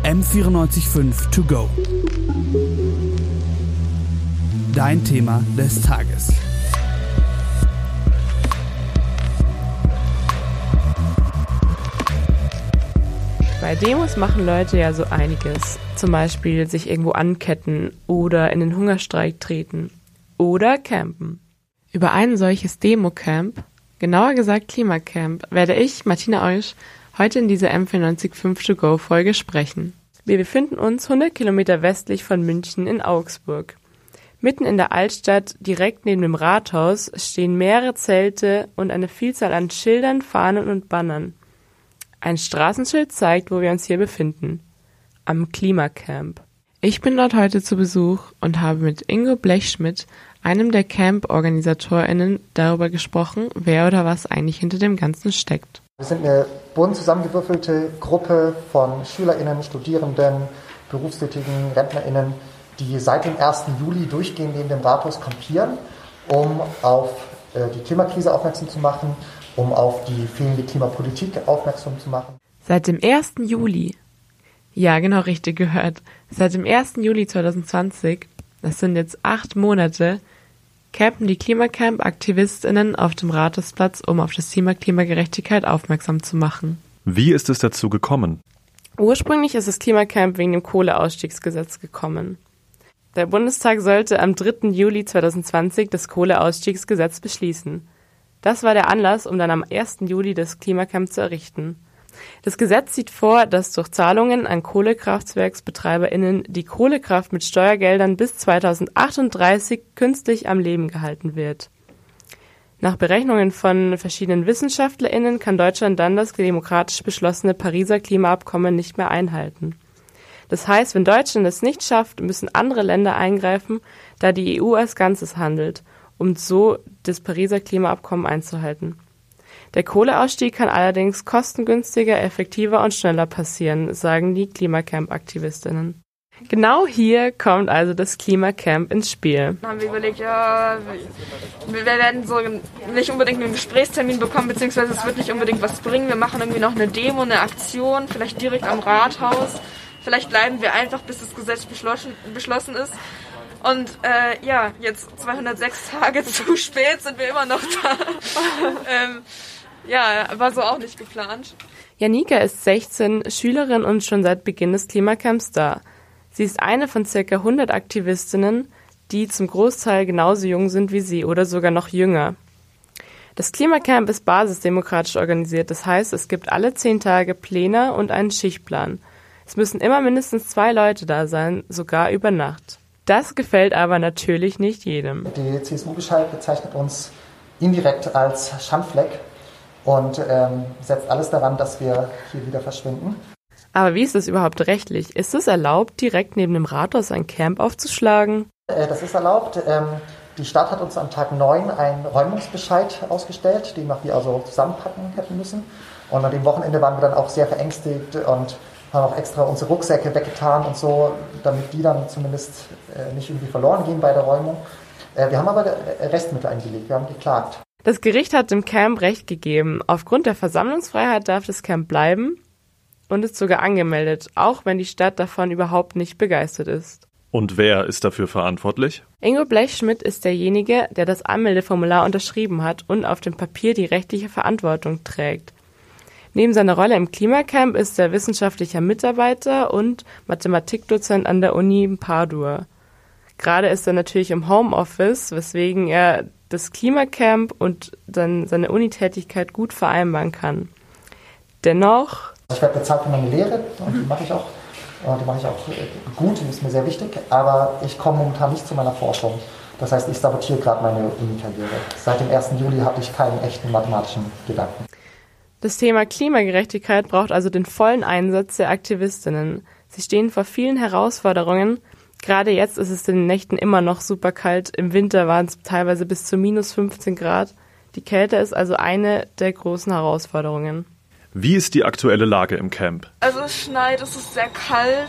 M94.5 To Go. Dein Thema des Tages. Bei Demos machen Leute ja so einiges. Zum Beispiel sich irgendwo anketten oder in den Hungerstreik treten oder campen. Über ein solches Demo-Camp, genauer gesagt Klimacamp, werde ich, Martina Eusch, heute in dieser M94.5 To Go Folge sprechen. Wir befinden uns 100 Kilometer westlich von München in Augsburg. Mitten in der Altstadt, direkt neben dem Rathaus, stehen mehrere Zelte und eine Vielzahl an Schildern, Fahnen und Bannern. Ein Straßenschild zeigt, wo wir uns hier befinden. Am Klimacamp. Ich bin dort heute zu Besuch und habe mit Ingo Blechschmidt, einem der Camp-OrganisatorInnen, darüber gesprochen, wer oder was eigentlich hinter dem Ganzen steckt. Wir sind eine bunt zusammengewürfelte Gruppe von SchülerInnen, Studierenden, Berufstätigen, RentnerInnen, die seit dem 1. Juli durchgehend neben dem Rathaus campieren, um auf die Klimakrise aufmerksam zu machen, um auf die fehlende Klimapolitik aufmerksam zu machen. Seit dem 1. Juli? Ja, genau richtig gehört. Seit dem 1. Juli 2020, das sind jetzt 8 Monate, campen die Klimacamp-AktivistInnen auf dem Rathausplatz, um auf das Thema Klimagerechtigkeit aufmerksam zu machen. Wie ist es dazu gekommen? Ursprünglich ist das Klimacamp wegen dem Kohleausstiegsgesetz gekommen. Der Bundestag sollte am 3. Juli 2020 das Kohleausstiegsgesetz beschließen. Das war der Anlass, um dann am 1. Juli das Klimacamp zu errichten. Das Gesetz sieht vor, dass durch Zahlungen an KkohlekraftwerksbetreiberInnen die Kohlekraft mit Steuergeldern bis 2038 künstlich am Leben gehalten wird. Nach Berechnungen von verschiedenen WissenschaftlerInnen kann Deutschland dann das demokratisch beschlossene Pariser Klimaabkommen nicht mehr einhalten. Das heißt, wenn Deutschland es nicht schafft, müssen andere Länder eingreifen, da die EU als Ganzes handelt, um so das Pariser Klimaabkommen einzuhalten. Der Kohleausstieg kann allerdings kostengünstiger, effektiver und schneller passieren, sagen die Klimacamp-AktivistInnen. Genau hier kommt also das Klimacamp ins Spiel. Dann haben wir überlegt, ja, wir werden so nicht unbedingt einen Gesprächstermin bekommen, beziehungsweise es wird nicht unbedingt was bringen. Wir machen irgendwie noch eine Demo, eine Aktion, vielleicht direkt am Rathaus. Vielleicht bleiben wir einfach, bis das Gesetz beschlossen ist. Und jetzt 206 Tage zu spät sind wir immer noch da. War so auch nicht geplant. Janika ist 16, Schülerin und schon seit Beginn des Klimacamps da. Sie ist eine von ca. 100 Aktivistinnen, die zum Großteil genauso jung sind wie sie oder sogar noch jünger. Das Klimacamp ist basisdemokratisch organisiert, das heißt, es gibt alle 10 Tage Pläne und einen Schichtplan. Es müssen immer mindestens 2 Leute da sein, sogar über Nacht. Das gefällt aber natürlich nicht jedem. Die CSU bezeichnet uns indirekt als Schandfleck und setzt alles daran, dass wir hier wieder verschwinden. Aber wie ist das überhaupt rechtlich? Ist es erlaubt, direkt neben dem Rathaus ein Camp aufzuschlagen? Das ist erlaubt. Die Stadt hat uns am Tag 9 einen Räumungsbescheid ausgestellt, den wir also zusammenpacken hätten müssen. Und an dem Wochenende waren wir dann auch sehr verängstigt und haben auch extra unsere Rucksäcke weggetan und so, damit die dann zumindest nicht irgendwie verloren gehen bei der Räumung. Wir haben aber Restmittel eingelegt, wir haben geklagt. Das Gericht hat dem Camp Recht gegeben. Aufgrund der Versammlungsfreiheit darf das Camp bleiben und ist sogar angemeldet, auch wenn die Stadt davon überhaupt nicht begeistert ist. Und wer ist dafür verantwortlich? Ingo Blechschmidt ist derjenige, der das Anmeldeformular unterschrieben hat und auf dem Papier die rechtliche Verantwortung trägt. Neben seiner Rolle im Klimacamp ist er wissenschaftlicher Mitarbeiter und Mathematikdozent an der Uni Padua. Gerade ist er natürlich im Homeoffice, weswegen er das Klimacamp und seine Unitätigkeit gut vereinbaren kann. Dennoch... Ich werde bezahlt für meine Lehre und die mache ich auch. Die mache ich auch gut, die ist mir sehr wichtig, aber ich komme momentan nicht zu meiner Forschung. Das heißt, ich sabotiere gerade meine Uni-Karriere. Seit dem 1. Juli hatte ich keinen echten mathematischen Gedanken. Das Thema Klimagerechtigkeit braucht also den vollen Einsatz der Aktivistinnen. Sie stehen vor vielen Herausforderungen. Gerade jetzt ist es in den Nächten immer noch super kalt. Im Winter waren es teilweise bis zu minus 15 Grad. Die Kälte ist also eine der großen Herausforderungen. Wie ist die aktuelle Lage im Camp? Also es schneit, es ist sehr kalt,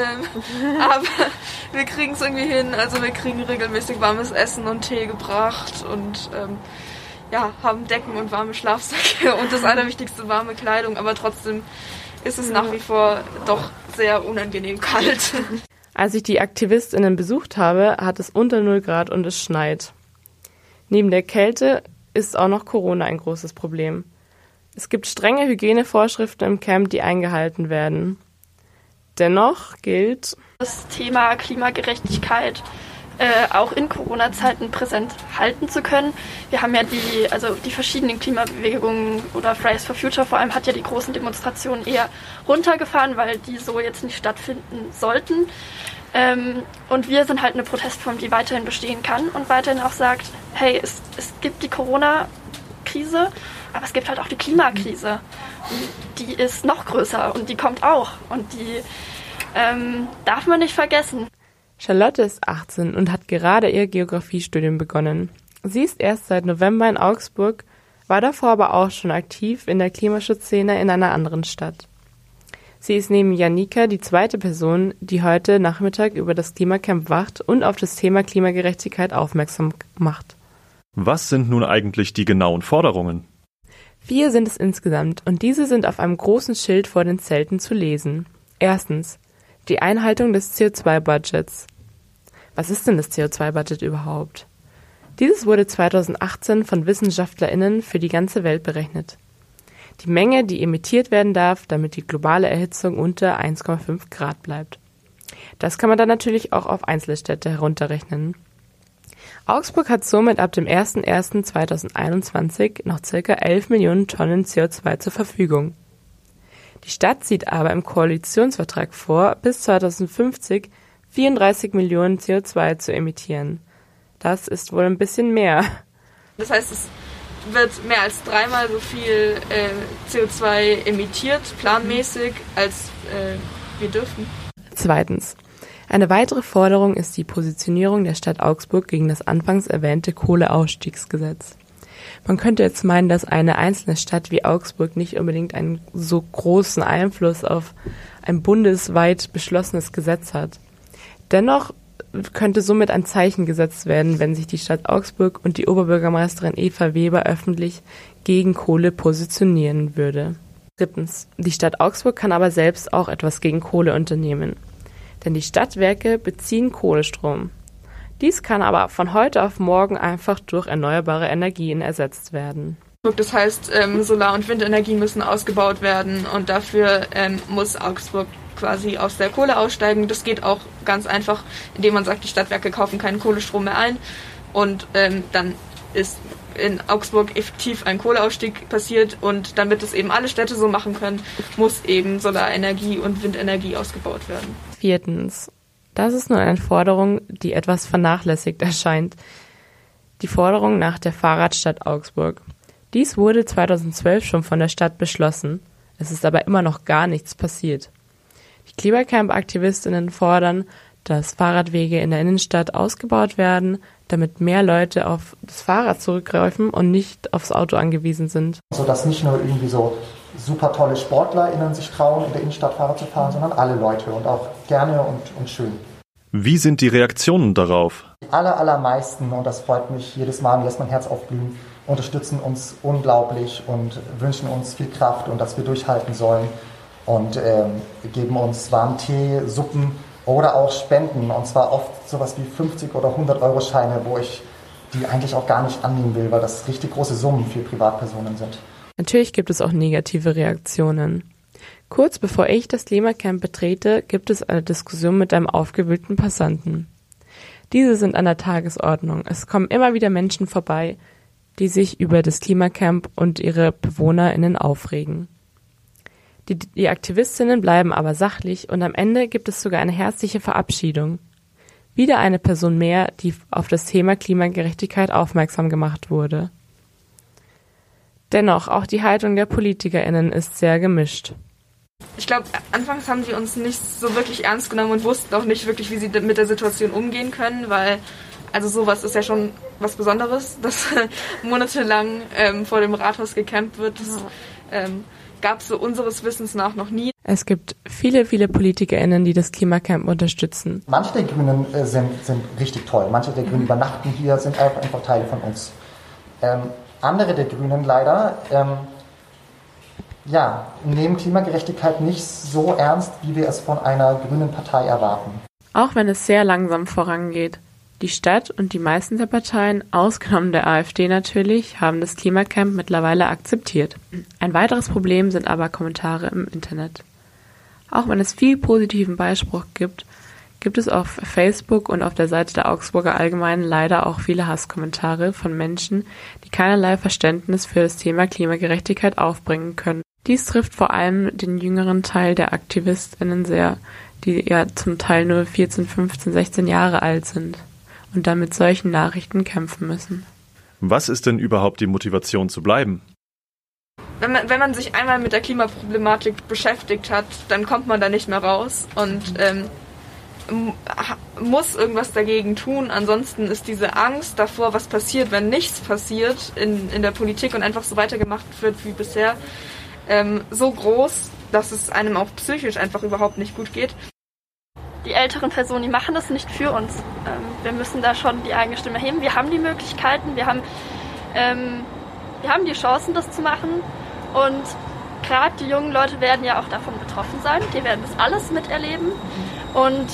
aber wir kriegen es irgendwie hin. Also wir kriegen regelmäßig warmes Essen und Tee gebracht und haben Decken und warme Schlafsäcke und das Allerwichtigste, warme Kleidung. Aber trotzdem ist es nach wie vor doch sehr unangenehm kalt. Als ich die AktivistInnen besucht habe, hat es unter 0 Grad und es schneit. Neben der Kälte ist auch noch Corona ein großes Problem. Es gibt strenge Hygienevorschriften im Camp, die eingehalten werden. Dennoch gilt, das Thema Klimagerechtigkeit auch in Corona-Zeiten präsent halten zu können. Wir haben ja die verschiedenen Klimabewegungen oder Fridays for Future vor allem hat ja die großen Demonstrationen eher runtergefahren, weil die so jetzt nicht stattfinden sollten. Und wir sind halt eine Protestform, die weiterhin bestehen kann und weiterhin auch sagt, hey, es gibt die Corona-Krise, aber es gibt halt auch die Klimakrise. Und die ist noch größer und die kommt auch. Und die darf man nicht vergessen. Charlotte ist 18 und hat gerade ihr Geografiestudium begonnen. Sie ist erst seit November in Augsburg, war davor aber auch schon aktiv in der Klimaschutzszene in einer anderen Stadt. Sie ist neben Janika die zweite Person, die heute Nachmittag über das Klimacamp wacht und auf das Thema Klimagerechtigkeit aufmerksam macht. Was sind nun eigentlich die genauen Forderungen? 4 sind es insgesamt und diese sind auf einem großen Schild vor den Zelten zu lesen. Erstens, die Einhaltung des CO2-Budgets. Was ist denn das CO2-Budget überhaupt? Dieses wurde 2018 von WissenschaftlerInnen für die ganze Welt berechnet. Die Menge, die emittiert werden darf, damit die globale Erhitzung unter 1,5 Grad bleibt. Das kann man dann natürlich auch auf einzelne Städte herunterrechnen. Augsburg hat somit ab dem 01.01.2021 noch ca. 11 Millionen Tonnen CO2 zur Verfügung. Die Stadt sieht aber im Koalitionsvertrag vor, bis 2050 34 Millionen CO2 zu emittieren. Das ist wohl ein bisschen mehr. Das heißt, es wird mehr als 3-mal so viel CO2 emittiert, planmäßig, als wir dürfen. Zweitens. Eine weitere Forderung ist die Positionierung der Stadt Augsburg gegen das anfangs erwähnte Kohleausstiegsgesetz. Man könnte jetzt meinen, dass eine einzelne Stadt wie Augsburg nicht unbedingt einen so großen Einfluss auf ein bundesweit beschlossenes Gesetz hat. Dennoch könnte somit ein Zeichen gesetzt werden, wenn sich die Stadt Augsburg und die Oberbürgermeisterin Eva Weber öffentlich gegen Kohle positionieren würde. Drittens. Die Stadt Augsburg kann aber selbst auch etwas gegen Kohle unternehmen. Denn die Stadtwerke beziehen Kohlestrom. Dies kann aber von heute auf morgen einfach durch erneuerbare Energien ersetzt werden. Das heißt, Solar- und Windenergie müssen ausgebaut werden und dafür muss Augsburg quasi aus der Kohle aussteigen. Das geht auch ganz einfach, indem man sagt, die Stadtwerke kaufen keinen Kohlestrom mehr ein und dann ist in Augsburg effektiv ein Kohleausstieg passiert und damit es eben alle Städte so machen können, muss eben Solarenergie und Windenergie ausgebaut werden. Viertens. Das ist nun eine Forderung, die etwas vernachlässigt erscheint. Die Forderung nach der Fahrradstadt Augsburg. Dies wurde 2012 schon von der Stadt beschlossen. Es ist aber immer noch gar nichts passiert. Die Klimacamp-AktivistInnen fordern, dass Fahrradwege in der Innenstadt ausgebaut werden, damit mehr Leute auf das Fahrrad zurückgreifen und nicht aufs Auto angewiesen sind. Sodass nicht nur irgendwie so super tolle SportlerInnen sich trauen, in der Innenstadt Fahrrad zu fahren, sondern alle Leute und auch gerne und schön. Wie sind die Reaktionen darauf? Die allermeisten, und das freut mich jedes Mal, mir lässt mein Herz aufblühen, unterstützen uns unglaublich und wünschen uns viel Kraft und dass wir durchhalten sollen und geben uns warmen Tee, Suppen oder auch Spenden, und zwar oft sowas wie 50 oder 100 Euro Scheine, wo ich die eigentlich auch gar nicht annehmen will, weil das richtig große Summen für Privatpersonen sind. Natürlich gibt es auch negative Reaktionen. Kurz bevor ich das Klimacamp betrete, gibt es eine Diskussion mit einem aufgewühlten Passanten. Diese sind an der Tagesordnung. Es kommen immer wieder Menschen vorbei, die sich über das Klimacamp und ihre BewohnerInnen aufregen. Die Aktivistinnen bleiben aber sachlich und am Ende gibt es sogar eine herzliche Verabschiedung. Wieder eine Person mehr, die auf das Thema Klimagerechtigkeit aufmerksam gemacht wurde. Dennoch, auch die Haltung der PolitikerInnen ist sehr gemischt. Ich glaube, anfangs haben die uns nicht so wirklich ernst genommen und wussten auch nicht wirklich, wie sie mit der Situation umgehen können, weil also sowas ist ja schon was Besonderes, dass monatelang vor dem Rathaus gecampt wird. Das gab es so unseres Wissens nach noch nie. Es gibt viele PolitikerInnen, die das Klimacamp unterstützen. Manche der Grünen sind richtig toll. Manche der Grünen übernachten hier, sind einfach Teile von uns. Andere der Grünen leider Ja, nehmen Klimagerechtigkeit nicht so ernst, wie wir es von einer grünen Partei erwarten. Auch wenn es sehr langsam vorangeht. Die Stadt und die meisten der Parteien, ausgenommen der AfD natürlich, haben das Klimacamp mittlerweile akzeptiert. Ein weiteres Problem sind aber Kommentare im Internet. Auch wenn es viel positiven Beispruch gibt es auf Facebook und auf der Seite der Augsburger Allgemeinen leider auch viele Hasskommentare von Menschen, die keinerlei Verständnis für das Thema Klimagerechtigkeit aufbringen können. Dies trifft vor allem den jüngeren Teil der AktivistInnen sehr, die ja zum Teil nur 14, 15, 16 Jahre alt sind und dann mit solchen Nachrichten kämpfen müssen. Was ist denn überhaupt die Motivation zu bleiben? Wenn man sich einmal mit der Klimaproblematik beschäftigt hat, dann kommt man da nicht mehr raus und muss irgendwas dagegen tun. Ansonsten ist diese Angst davor, was passiert, wenn nichts passiert in der Politik und einfach so weitergemacht wird wie bisher, so groß, dass es einem auch psychisch einfach überhaupt nicht gut geht. Die älteren Personen, die machen das nicht für uns. Wir müssen da schon die eigene Stimme heben. Wir haben die Möglichkeiten, wir haben die Chancen, das zu machen. Und gerade die jungen Leute werden ja auch davon betroffen sein. Die werden das alles miterleben. Und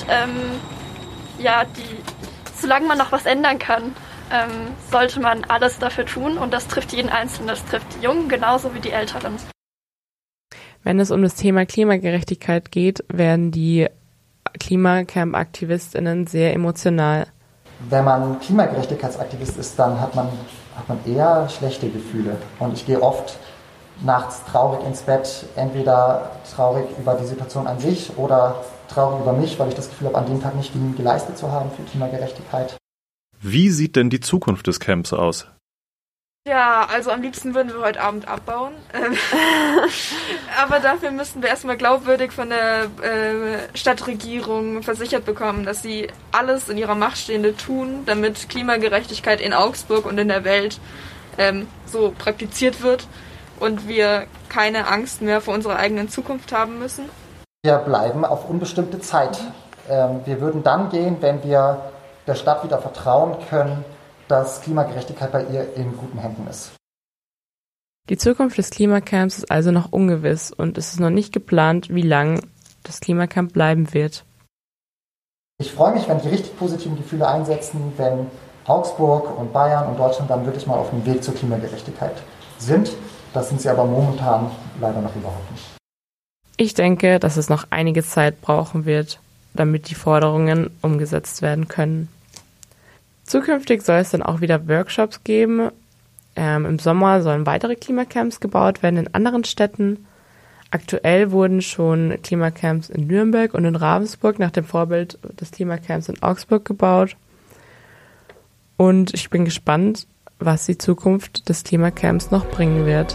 solange man noch was ändern kann, sollte man alles dafür tun. Und das trifft jeden Einzelnen. Das trifft die Jungen genauso wie die Älteren. Wenn es um das Thema Klimagerechtigkeit geht, werden die Klimacamp-AktivistInnen sehr emotional. Wenn man Klimagerechtigkeitsaktivist ist, dann hat man eher schlechte Gefühle. Und ich gehe oft nachts traurig ins Bett, entweder traurig über die Situation an sich oder traurig über mich, weil ich das Gefühl habe, an dem Tag nicht genug geleistet zu haben für Klimagerechtigkeit. Wie sieht denn die Zukunft des Camps aus? Ja, also am liebsten würden wir heute Abend abbauen. Aber dafür müssten wir erstmal glaubwürdig von der Stadtregierung versichert bekommen, dass sie alles in ihrer Macht Stehende tun, damit Klimagerechtigkeit in Augsburg und in der Welt so praktiziert wird und wir keine Angst mehr vor unserer eigenen Zukunft haben müssen. Wir bleiben auf unbestimmte Zeit. Wir würden dann gehen, wenn wir der Stadt wieder vertrauen können, dass Klimagerechtigkeit bei ihr in guten Händen ist. Die Zukunft des Klimacamps ist also noch ungewiss und es ist noch nicht geplant, wie lang das Klimacamp bleiben wird. Ich freue mich, wenn die richtig positiven Gefühle einsetzen, wenn Augsburg und Bayern und Deutschland dann wirklich mal auf dem Weg zur Klimagerechtigkeit sind. Das sind sie aber momentan leider noch überhaupt nicht. Ich denke, dass es noch einige Zeit brauchen wird, damit die Forderungen umgesetzt werden können. Zukünftig soll es dann auch wieder Workshops geben. Im Sommer sollen weitere Klimacamps gebaut werden in anderen Städten. Aktuell wurden schon Klimacamps in Nürnberg und in Ravensburg nach dem Vorbild des Klimacamps in Augsburg gebaut. Und ich bin gespannt, was die Zukunft des Klimacamps noch bringen wird.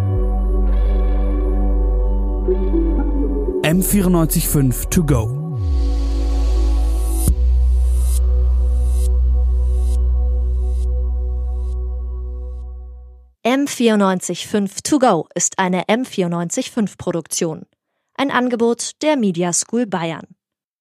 M94.5 to go. M94.5 to go ist eine M94.5 Produktion. Ein Angebot der Media School Bayern.